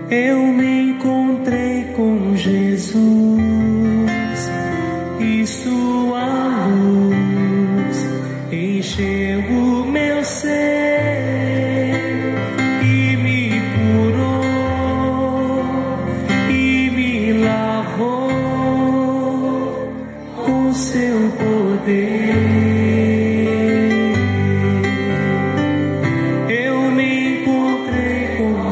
eu me encontrei com Jesus e sua luz encheu o meu ser e me curou e me lavou com seu poder. Eu me encontrei com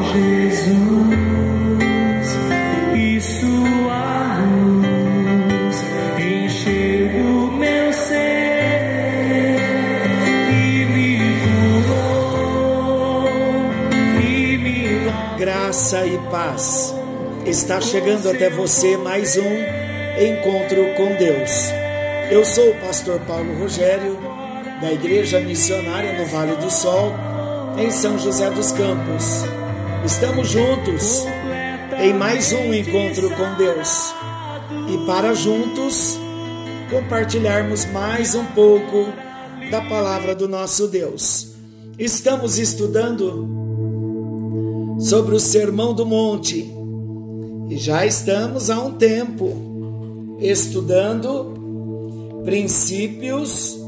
Jesus e sua luz encheu o meu ser e me curou e me lavou. Graça e paz. Está chegando até você mais um Encontro com Deus. Eu sou o pastor Paulo Rogério, da Igreja Missionária no Vale do Sol, em São José dos Campos. Estamos juntos em mais um Encontro com Deus. E para juntos compartilharmos mais um pouco da palavra do nosso Deus. Estamos estudando sobre o Sermão do Monte. E já estamos há um tempo estudando princípios,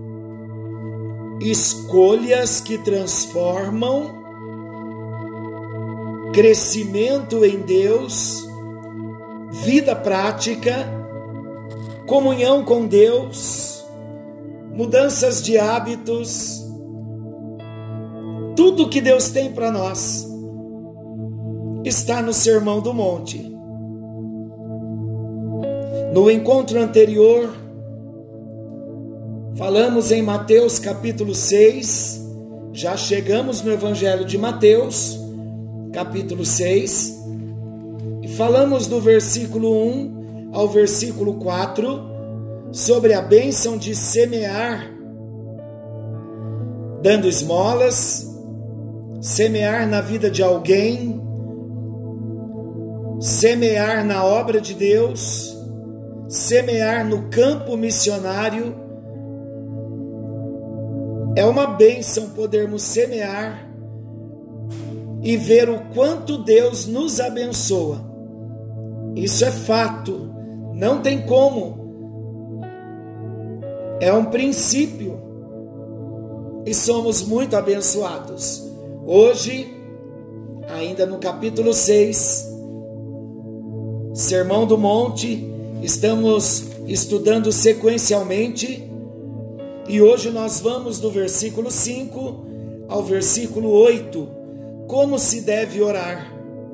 escolhas que transformam, crescimento em Deus, vida prática, comunhão com Deus, mudanças de hábitos, tudo que Deus tem para nós está no Sermão do Monte. No encontro anterior, falamos em Mateus capítulo 6, já chegamos no Evangelho de Mateus, capítulo 6, e falamos do versículo 1 ao versículo 4, sobre a bênção de semear, dando esmolas, semear na vida de alguém, semear na obra de Deus, semear no campo missionário. É uma bênção podermos semear e ver o quanto Deus nos abençoa. Isso é fato, não tem como. É um princípio e somos muito abençoados. Hoje, ainda no capítulo 6, Sermão do Monte, estamos estudando sequencialmente. E hoje nós vamos do versículo 5 ao versículo 8, como se deve orar.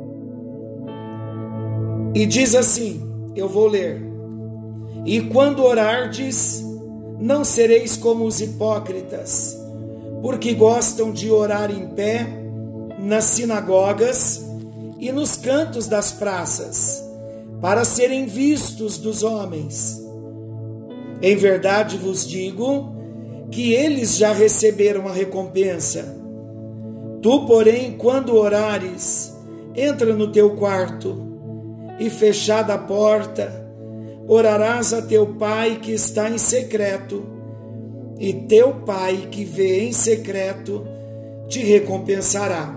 E diz assim, eu vou ler: E quando orardes, não sereis como os hipócritas, porque gostam de orar em pé nas sinagogas e nos cantos das praças, para serem vistos dos homens. Em verdade vos digo que eles já receberam a recompensa. Tu, porém, quando orares, entra no teu quarto e, fechada a porta, orarás a teu Pai que está em secreto, e teu Pai que vê em secreto te recompensará.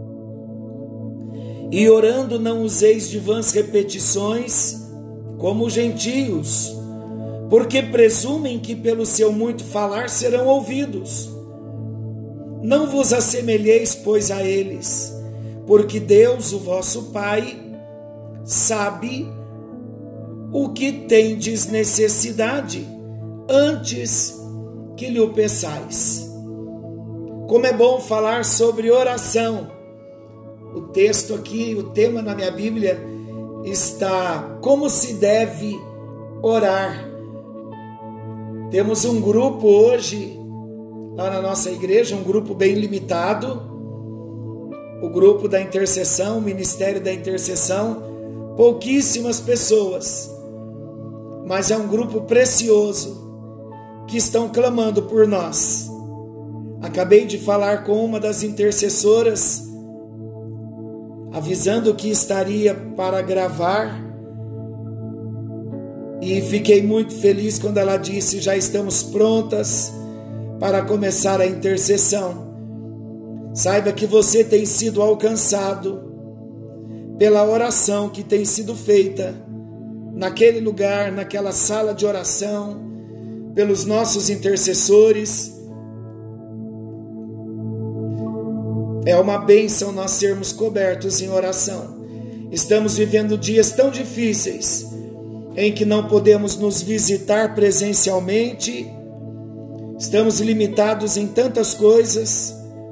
E orando não useis de vãs repetições, como os gentios, porque presumem que pelo seu muito falar serão ouvidos. Não vos assemelheis, pois, a eles, porque Deus, o vosso Pai, sabe o que tendes necessidade, antes que lhe o peçais. Como é bom falar sobre oração. O texto aqui, o tema na minha Bíblia está: como se deve orar. Temos um grupo hoje, lá na nossa igreja, um grupo bem limitado, o grupo da intercessão, o Ministério da Intercessão, pouquíssimas pessoas, mas é um grupo precioso, que estão clamando por nós. Acabei de falar com uma das intercessoras, avisando que estaria para gravar, e fiquei muito feliz quando ela disse: já estamos prontas para começar a intercessão. Saiba que você tem sido alcançado pela oração que tem sido feita naquele lugar, naquela sala de oração, pelos nossos intercessores. É uma bênção nós sermos cobertos em oração. Estamos vivendo dias tão difíceis, em que não podemos nos visitar presencialmente, estamos limitados em tantas coisas,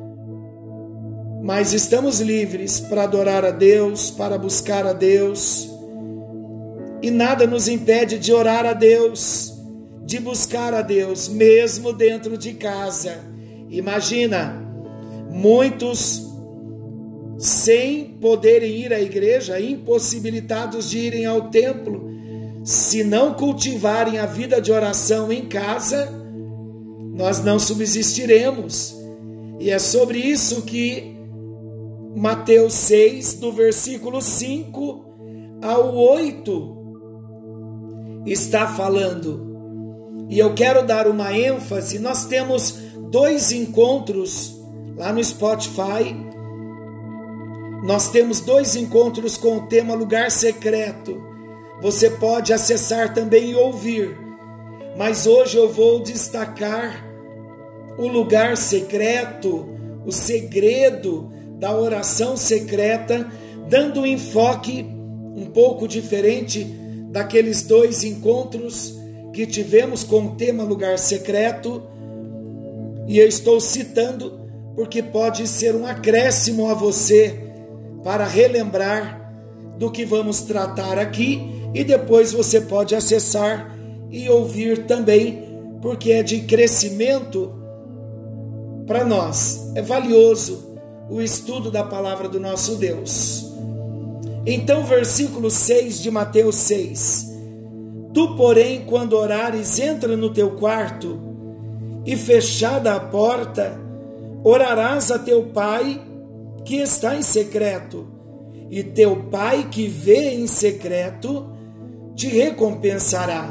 mas estamos livres para adorar a Deus, para buscar a Deus, e nada nos impede de orar a Deus, de buscar a Deus, mesmo dentro de casa. Imagina, muitos sem poderem ir à igreja, impossibilitados de irem ao templo, se não cultivarem a vida de oração em casa, nós não subsistiremos. E é sobre isso que Mateus 6, do versículo 5 ao 8, está falando. E eu quero dar uma ênfase. Nós temos 2 encontros lá no Spotify. Nós temos 2 encontros com o tema Lugar Secreto. Você pode acessar também e ouvir. Mas hoje eu vou destacar o lugar secreto, o segredo da oração secreta, dando um enfoque um pouco diferente daqueles 2 encontros que tivemos com o tema Lugar Secreto. E eu estou citando porque pode ser um acréscimo a você para relembrar do que vamos tratar aqui, e depois você pode acessar e ouvir também, porque é de crescimento para nós. É valioso o estudo da palavra do nosso Deus. Então, versículo 6 de Mateus 6. Tu, porém, quando orares, entra no teu quarto e, fechada a porta, orarás a teu Pai que está em secreto, e teu Pai que vê em secreto te recompensará.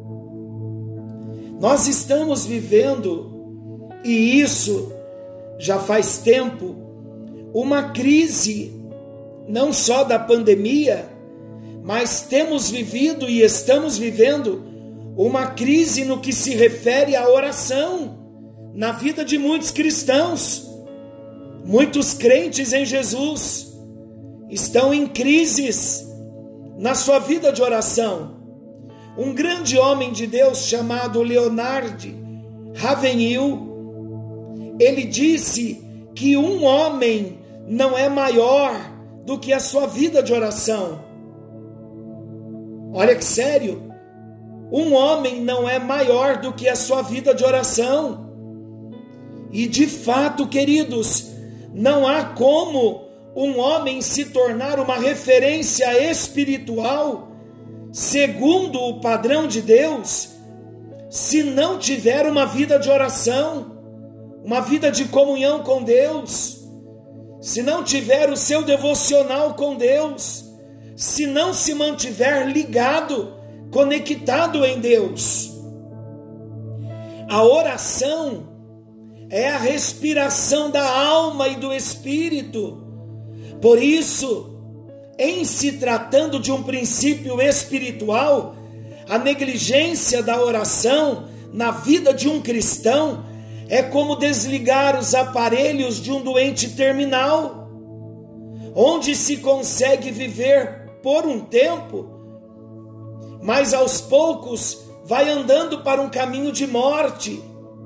Nós estamos vivendo, e isso já faz tempo, uma crise, não só da pandemia, mas temos vivido e estamos vivendo uma crise no que se refere à oração na vida de muitos cristãos. Muitos crentes em Jesus estão em crises na sua vida de oração. Um grande homem de Deus chamado Leonard Ravenhill, ele disse que um homem não é maior do que a sua vida de oração. Olha que sério, um homem não é maior do que a sua vida de oração. E de fato, queridos, não há como um homem se tornar uma referência espiritual segundo o padrão de Deus se não tiver uma vida de oração, uma vida de comunhão com Deus, se não tiver o seu devocional com Deus, se não se mantiver ligado, conectado em Deus. A oração é a respiração da alma e do espírito. Por isso, em se tratando de um princípio espiritual, a negligência da oração na vida de um cristão é como desligar os aparelhos de um doente terminal, onde se consegue viver por um tempo, mas aos poucos vai andando para um caminho de morte.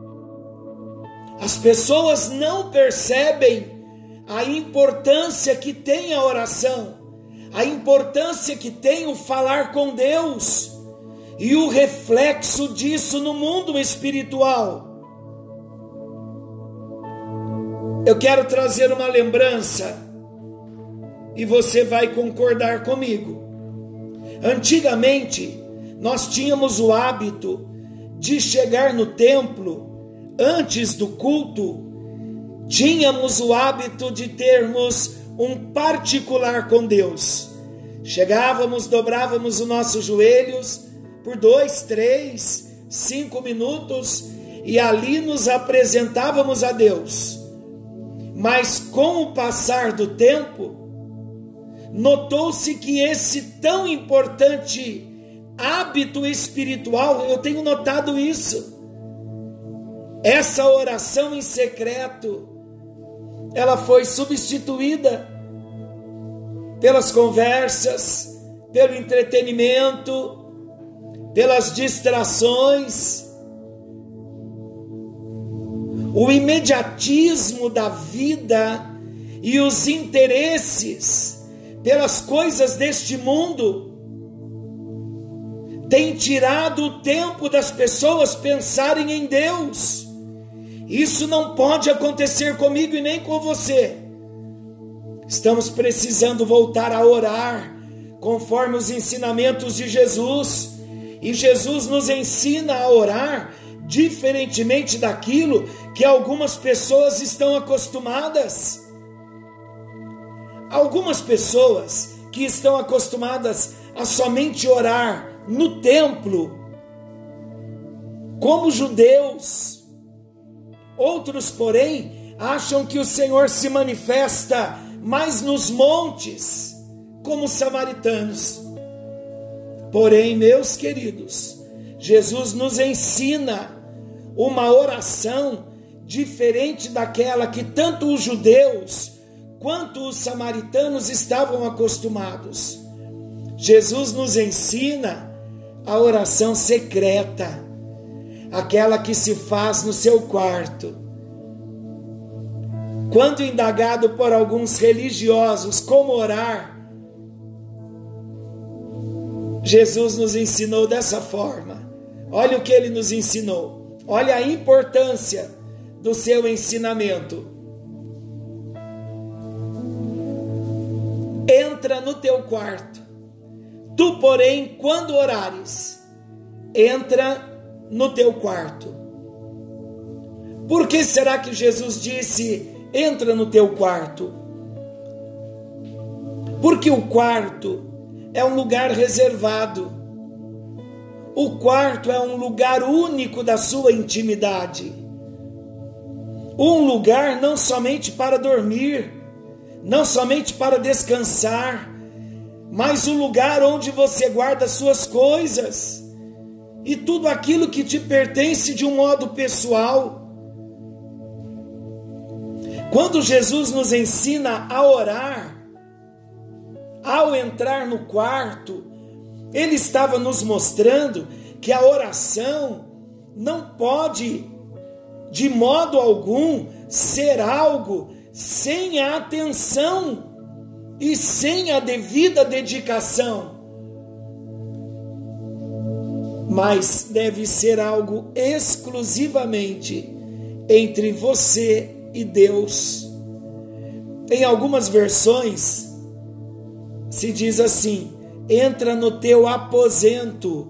As pessoas não percebem a importância que tem a oração, a importância que tem o falar com Deus e o reflexo disso no mundo espiritual. Eu quero trazer uma lembrança e você vai concordar comigo. Antigamente, nós tínhamos o hábito de chegar no templo antes do culto. Tínhamos o hábito de termos um particular com Deus. Chegávamos, dobrávamos os nossos joelhos por 2, 3, 5 minutos e ali nos apresentávamos a Deus. Mas com o passar do tempo, notou-se que esse tão importante hábito espiritual, eu tenho notado isso, essa oração em secreto, ela foi substituída pelas conversas, pelo entretenimento, pelas distrações, o imediatismo da vida e os interesses pelas coisas deste mundo tem tirado o tempo das pessoas pensarem em Deus. Isso não pode acontecer comigo e nem com você. Estamos precisando voltar a orar conforme os ensinamentos de Jesus. E Jesus nos ensina a orar diferentemente daquilo que algumas pessoas estão acostumadas. Algumas pessoas que estão acostumadas a somente orar no templo, como judeus. Outros, porém, acham que o Senhor se manifesta mais nos montes, como os samaritanos. Porém, meus queridos, Jesus nos ensina uma oração diferente daquela que tanto os judeus quanto os samaritanos estavam acostumados. Jesus nos ensina a oração secreta, aquela que se faz no seu quarto. Quando indagado por alguns religiosos como orar, Jesus nos ensinou dessa forma. Olha o que ele nos ensinou. Olha a importância do seu ensinamento. Entra no teu quarto. Tu, porém, quando orares, entra no teu quarto. Por que será que Jesus disse, entra no teu quarto? Porque o quarto é um lugar reservado. O quarto é um lugar único da sua intimidade. Um lugar não somente para dormir, não somente para descansar, mas o lugar onde você guarda suas coisas e tudo aquilo que te pertence de um modo pessoal. Quando Jesus nos ensina a orar, ao entrar no quarto, ele estava nos mostrando que a oração não pode, de modo algum, ser algo sem a atenção e sem a devida dedicação, mas deve ser algo exclusivamente entre você e Deus. Em algumas versões se diz assim: entra no teu aposento.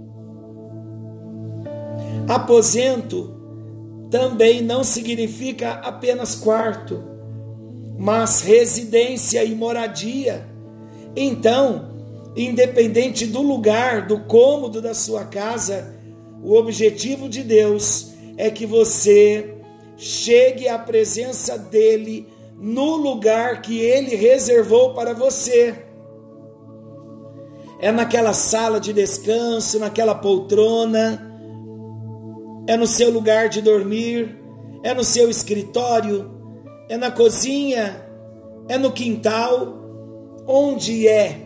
Aposento também não significa apenas quarto, mas residência e moradia. Então, independente do lugar, do cômodo da sua casa, o objetivo de Deus é que você chegue à presença dele no lugar que ele reservou para você. É naquela sala de descanso, naquela poltrona, é no seu lugar de dormir, é no seu escritório, é na cozinha, é no quintal. Onde é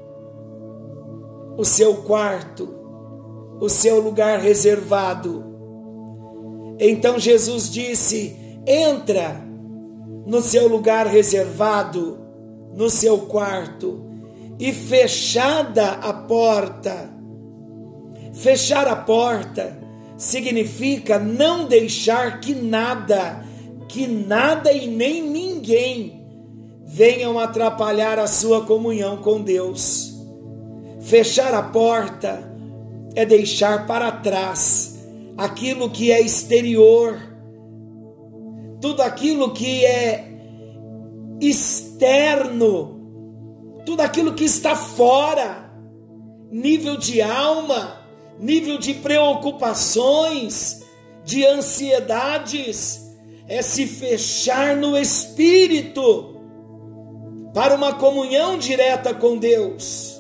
o seu quarto, o seu lugar reservado? Então Jesus disse: entra no seu lugar reservado, no seu quarto, e fechada a porta. Fechar a porta significa não deixar que nada e nem ninguém venham atrapalhar a sua comunhão com Deus. Fechar a porta é deixar para trás aquilo que é exterior, tudo aquilo que é externo, tudo aquilo que está fora, nível de alma, nível de preocupações, de ansiedades, é se fechar no espírito. para uma comunhão direta com Deus.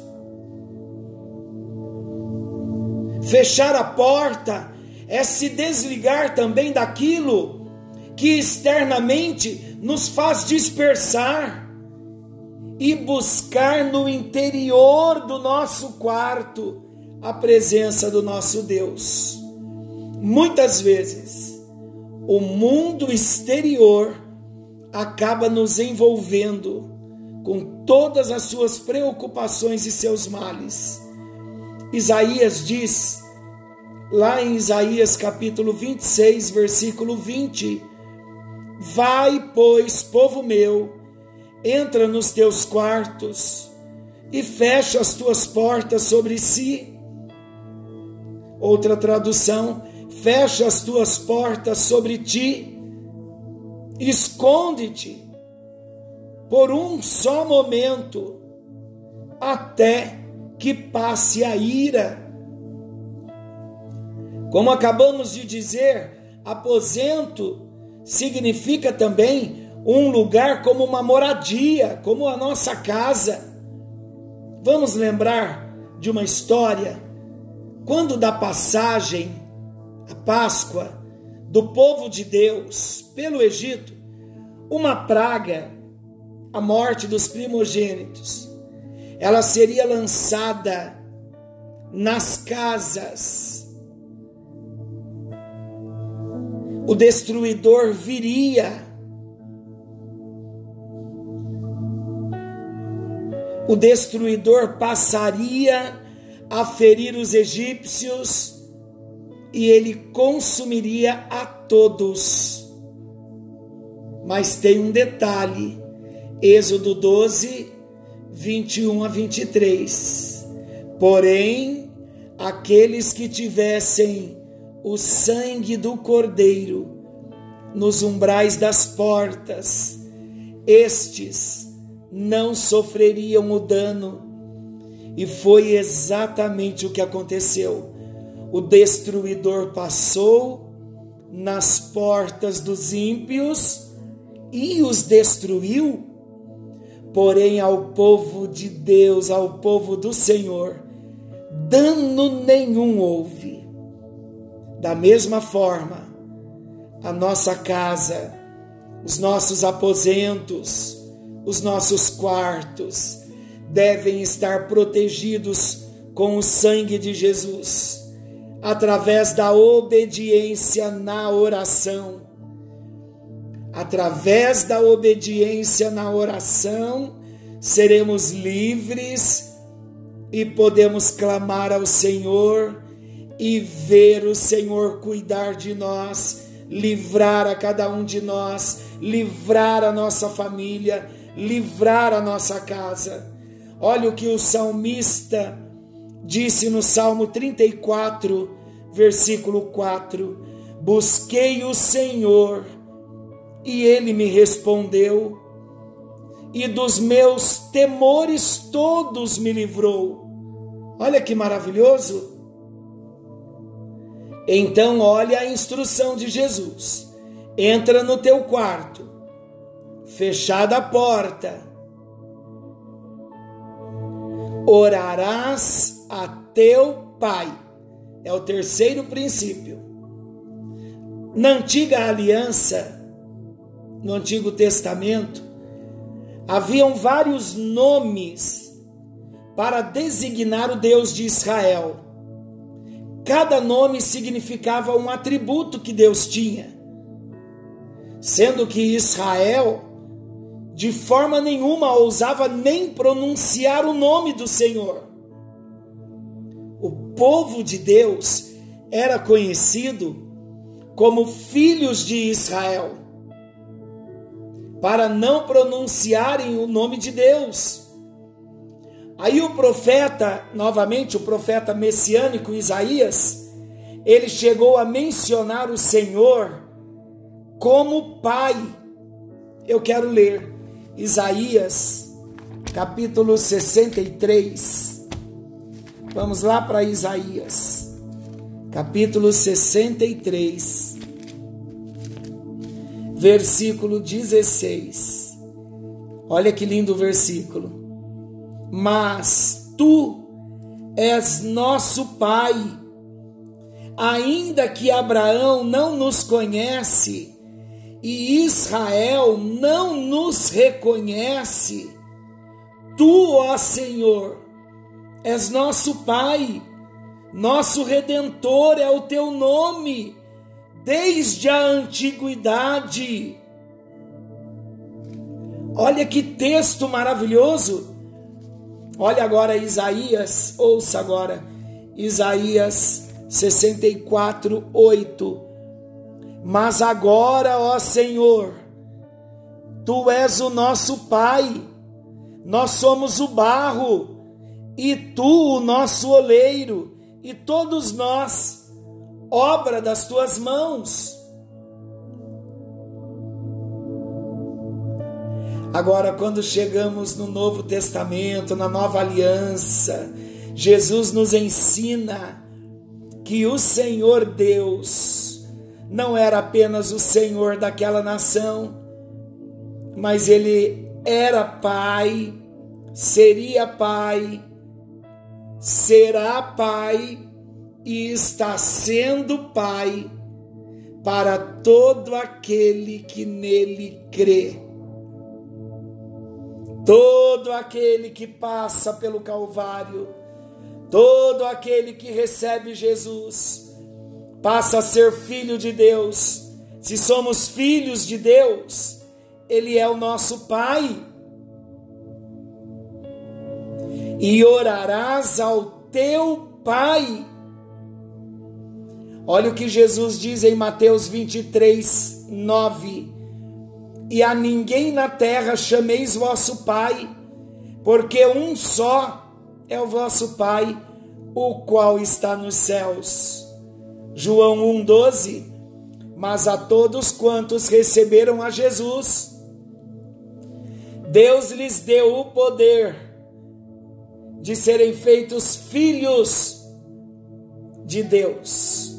Fechar a porta é se desligar também daquilo que externamente nos faz dispersar e buscar no interior do nosso quarto a presença do nosso Deus. Muitas vezes, o mundo exterior acaba nos envolvendo com todas as suas preocupações e seus males. Isaías diz, lá em Isaías capítulo 26, versículo 20, vai, pois, povo meu, entra nos teus quartos e fecha as tuas portas sobre si. Outra tradução, fecha as tuas portas sobre ti, esconde-te por um só momento, até que passe a ira. Como acabamos de dizer, aposento significa também um lugar como uma moradia, como a nossa casa. Vamos lembrar de uma história, quando da passagem, a Páscoa, do povo de Deus pelo Egito, uma praga, a morte dos primogênitos, ela seria lançada nas casas. O destruidor viria. O destruidor passaria a ferir os egípcios e ele consumiria a todos. Mas tem um detalhe, Êxodo 12, 21 a 23. Porém, aqueles que tivessem o sangue do Cordeiro nos umbrais das portas, estes não sofreriam o dano. E foi exatamente o que aconteceu. O destruidor passou nas portas dos ímpios e os destruiu. Porém, ao povo de Deus, ao povo do Senhor, dano nenhum houve. Da mesma forma, a nossa casa, os nossos aposentos, os nossos quartos devem estar protegidos com o sangue de Jesus, através da obediência na oração. Através da obediência na oração, seremos livres e podemos clamar ao Senhor e ver o Senhor cuidar de nós, livrar a cada um de nós, livrar a nossa família, livrar a nossa casa. Olha o que o salmista disse no Salmo 34, versículo 4: busquei o Senhor e Ele me respondeu, e dos meus temores todos me livrou. Olha que maravilhoso! Então olha a instrução de Jesus. Entra no teu quarto, fechada a porta, orarás a teu Pai. É o terceiro princípio. Na antiga aliança, no Antigo Testamento, haviam vários nomes para designar o Deus de Israel. Cada nome significava um atributo que Deus tinha, sendo que Israel, de forma nenhuma, ousava nem pronunciar o nome do Senhor. O povo de Deus era conhecido como filhos de Israel, para não pronunciarem o nome de Deus. Aí o profeta, novamente o profeta messiânico Isaías, ele chegou a mencionar o Senhor como Pai. Eu quero ler Isaías, capítulo 63. Vamos lá para Isaías, capítulo 63, versículo 16. Olha que lindo o versículo. Mas tu és nosso Pai, ainda que Abraão não nos conhece e Israel não nos reconhece, tu, ó Senhor, és nosso Pai, nosso Redentor é o teu nome, desde a antiguidade. Olha que texto maravilhoso. Olha agora Isaías, ouça agora, Isaías 64, 8. Mas agora, ó Senhor, tu és o nosso Pai, nós somos o barro, e tu o nosso oleiro, e todos nós, obra das tuas mãos. Agora, quando chegamos no Novo Testamento, na Nova Aliança, Jesus nos ensina que o Senhor Deus não era apenas o Senhor daquela nação, mas Ele era Pai, seria Pai, será Pai e está sendo Pai para todo aquele que nele crê. Todo aquele que passa pelo Calvário, todo aquele que recebe Jesus, passa a ser filho de Deus. Se somos filhos de Deus, Ele é o nosso Pai. E orarás ao teu Pai. Olha o que Jesus diz em Mateus 23, 9. E a ninguém na terra chameis vosso Pai, porque um só é o vosso Pai, o qual está nos céus. João 1,12. Mas a todos quantos receberam a Jesus, Deus lhes deu o poder de serem feitos filhos de Deus,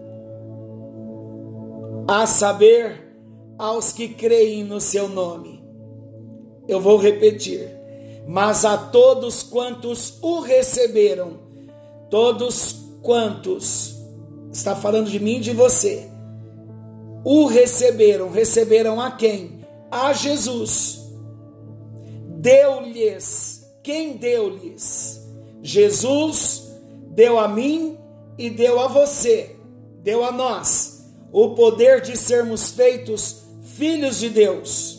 a saber, aos que creem no seu nome. Eu vou repetir. Mas a todos quantos o receberam, todos quantos, está falando de mim e de você, o receberam, receberam a quem? A Jesus. Deu-lhes, quem deu-lhes? Jesus deu a mim e deu a você, deu a nós, o poder de sermos feitos filhos de Deus,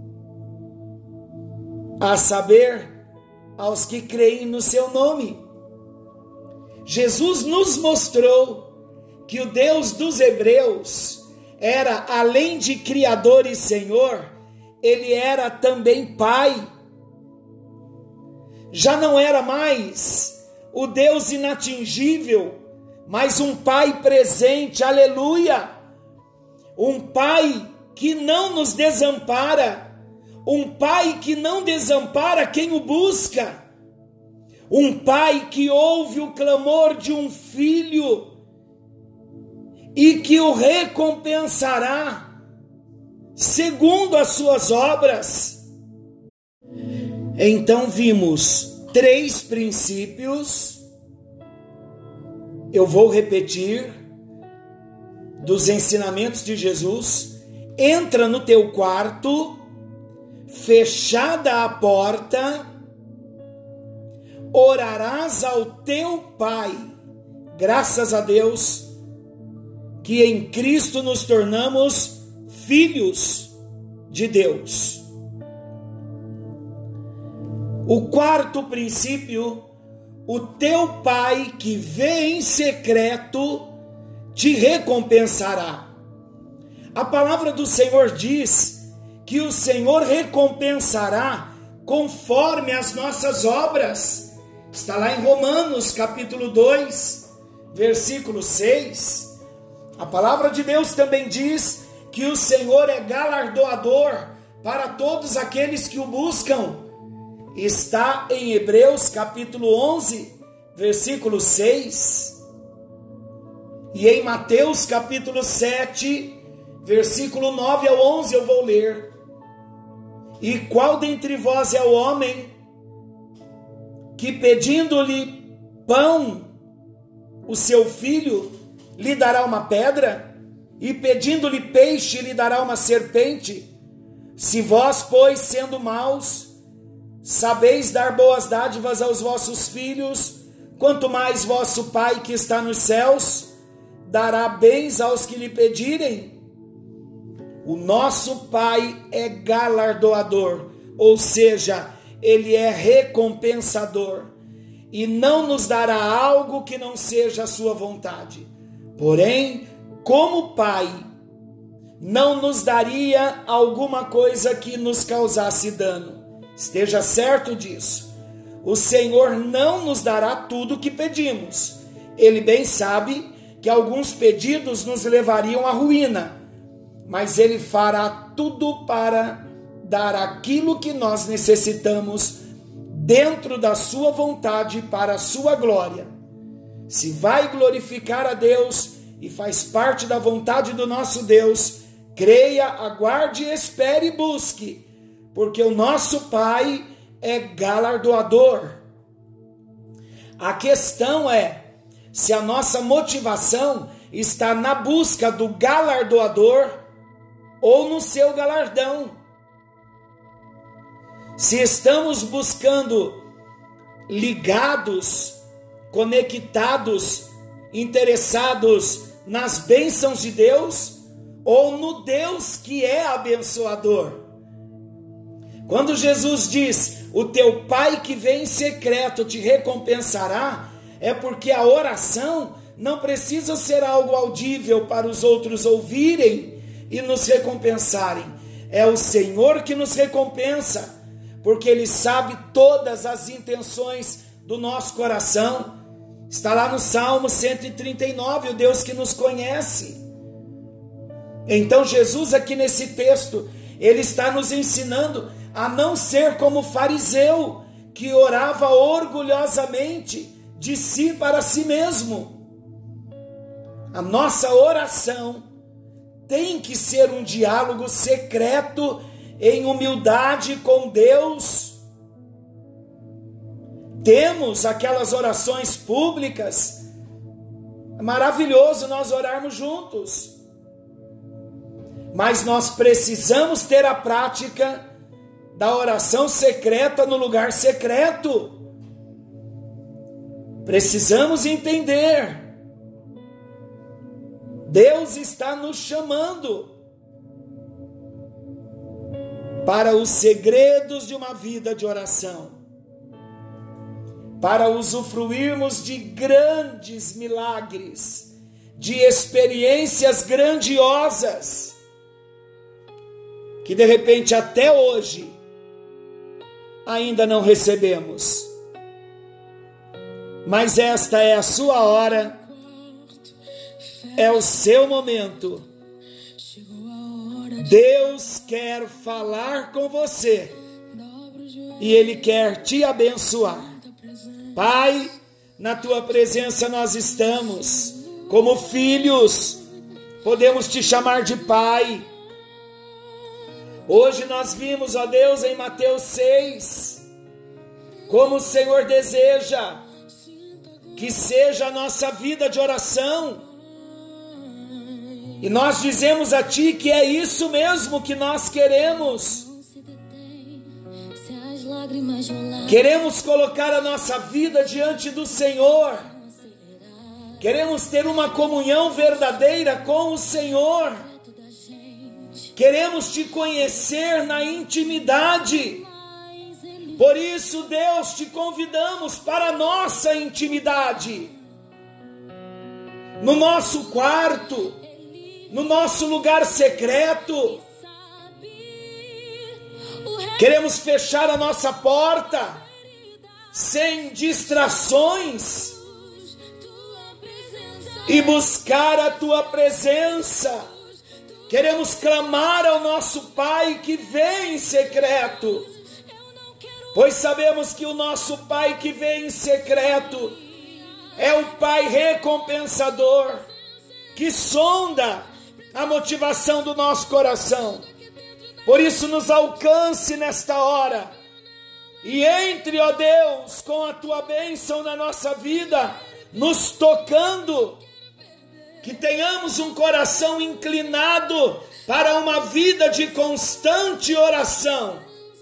a saber, aos que creem no seu nome. Jesus nos mostrou que o Deus dos Hebreus era, além de Criador e Senhor, Ele era também Pai. Já não era mais o Deus inatingível, mas um Pai presente, aleluia, um Pai que não nos desampara, um Pai que não desampara quem o busca, um Pai que ouve o clamor de um filho e que o recompensará segundo as suas obras. Então vimos 3 princípios, eu vou repetir, dos ensinamentos de Jesus. Entra no teu quarto, fechada a porta, orarás ao teu Pai. Graças a Deus que em Cristo nos tornamos filhos de Deus. O 4º princípio, o teu Pai que vê em secreto te recompensará. A palavra do Senhor diz que o Senhor recompensará conforme as nossas obras. Está lá em Romanos capítulo 2, versículo 6. A palavra de Deus também diz que o Senhor é galardoador para todos aqueles que o buscam. Está em Hebreus capítulo 11, versículo 6. E em Mateus capítulo 7, versículo 9 ao 11 eu vou ler. E qual dentre vós é o homem que, pedindo-lhe pão, o seu filho lhe dará uma pedra? E pedindo-lhe peixe, lhe dará uma serpente? Se vós, pois, sendo maus, sabeis dar boas dádivas aos vossos filhos, quanto mais vosso Pai que está nos céus dará bens aos que lhe pedirem. O nosso Pai é galardoador, ou seja, Ele é recompensador, e não nos dará algo que não seja a sua vontade. Porém, como Pai, não nos daria alguma coisa que nos causasse dano. Esteja certo disso. O Senhor não nos dará tudo o que pedimos. Ele bem sabe que alguns pedidos nos levariam à ruína, mas Ele fará tudo para dar aquilo que nós necessitamos dentro da sua vontade para a sua glória. Se vai glorificar a Deus e faz parte da vontade do nosso Deus, creia, aguarde, espere e busque, porque o nosso Pai é galardoador. A questão é se a nossa motivação está na busca do galardoador ou no seu galardão. Se estamos buscando ligados, conectados, interessados nas bênçãos de Deus ou no Deus que é abençoador. Quando Jesus diz, o teu Pai que vem em secreto te recompensará, é porque a oração não precisa ser algo audível para os outros ouvirem e nos recompensarem. É o Senhor que nos recompensa, porque Ele sabe todas as intenções do nosso coração. Está lá no Salmo 139, o Deus que nos conhece. Então Jesus aqui nesse texto, Ele está nos ensinando a não ser como o fariseu, que orava orgulhosamente de si para si mesmo. A nossa oração tem que ser um diálogo secreto em humildade com Deus. Temos aquelas orações públicas, é maravilhoso nós orarmos juntos, mas nós precisamos ter a prática da oração secreta no lugar secreto. Precisamos entender, Deus está nos chamando para os segredos de uma vida de oração, para usufruirmos de grandes milagres, de experiências grandiosas, que de repente até hoje ainda não recebemos. Mas esta é a sua hora, é o seu momento. Deus quer falar com você e Ele quer te abençoar. Pai, na Tua presença nós estamos, como filhos, podemos te chamar de Pai. Hoje nós vimos, ó Deus, em Mateus 6, como o Senhor deseja que seja a nossa vida de oração. E nós dizemos a Ti que é isso mesmo que nós queremos. Queremos colocar a nossa vida diante do Senhor. Queremos ter uma comunhão verdadeira com o Senhor. Queremos Te conhecer na intimidade. Por isso, Deus, Te convidamos para a nossa intimidade. No nosso quarto, no nosso lugar secreto. Queremos fechar a nossa porta sem distrações e buscar a Tua presença. Queremos clamar ao nosso Pai que vem em secreto, pois sabemos que o nosso Pai que vem em secreto é o Pai recompensador, que sonda a motivação do nosso coração. Por isso nos alcance nesta hora e entre, ó Deus, com a tua bênção na nossa vida, nos tocando, que tenhamos um coração inclinado para uma vida de constante oração.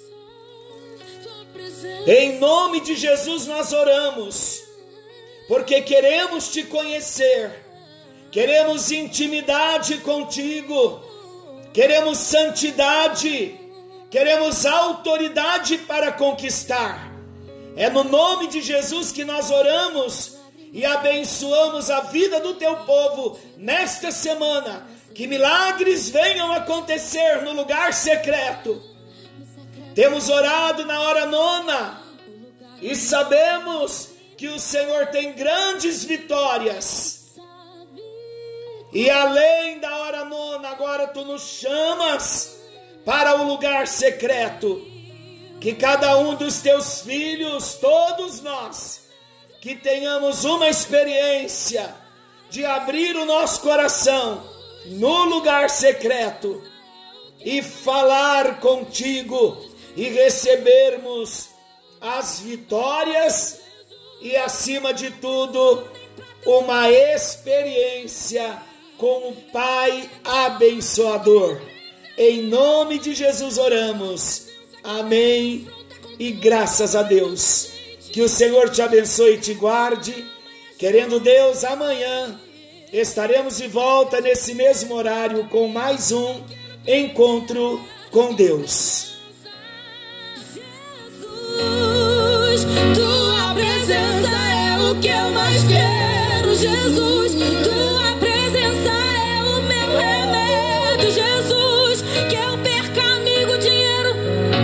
Em nome de Jesus nós oramos, porque queremos te conhecer, queremos intimidade contigo, queremos santidade, queremos autoridade para conquistar. É no nome de Jesus que nós oramos e abençoamos a vida do teu povo nesta semana. Que milagres venham acontecer no lugar secreto. Temos orado na hora nona e sabemos que o Senhor tem grandes vitórias. E além da hora nona, agora tu nos chamas para o lugar secreto. Que cada um dos teus filhos, todos nós, que tenhamos uma experiência de abrir o nosso coração no lugar secreto e falar contigo e recebermos as vitórias e, acima de tudo, uma experiência com o Pai abençoador. Em nome de Jesus oramos. Amém e graças a Deus. Que o Senhor te abençoe e te guarde. Querendo Deus, amanhã estaremos de volta nesse mesmo horário com mais um encontro com Deus. Jesus,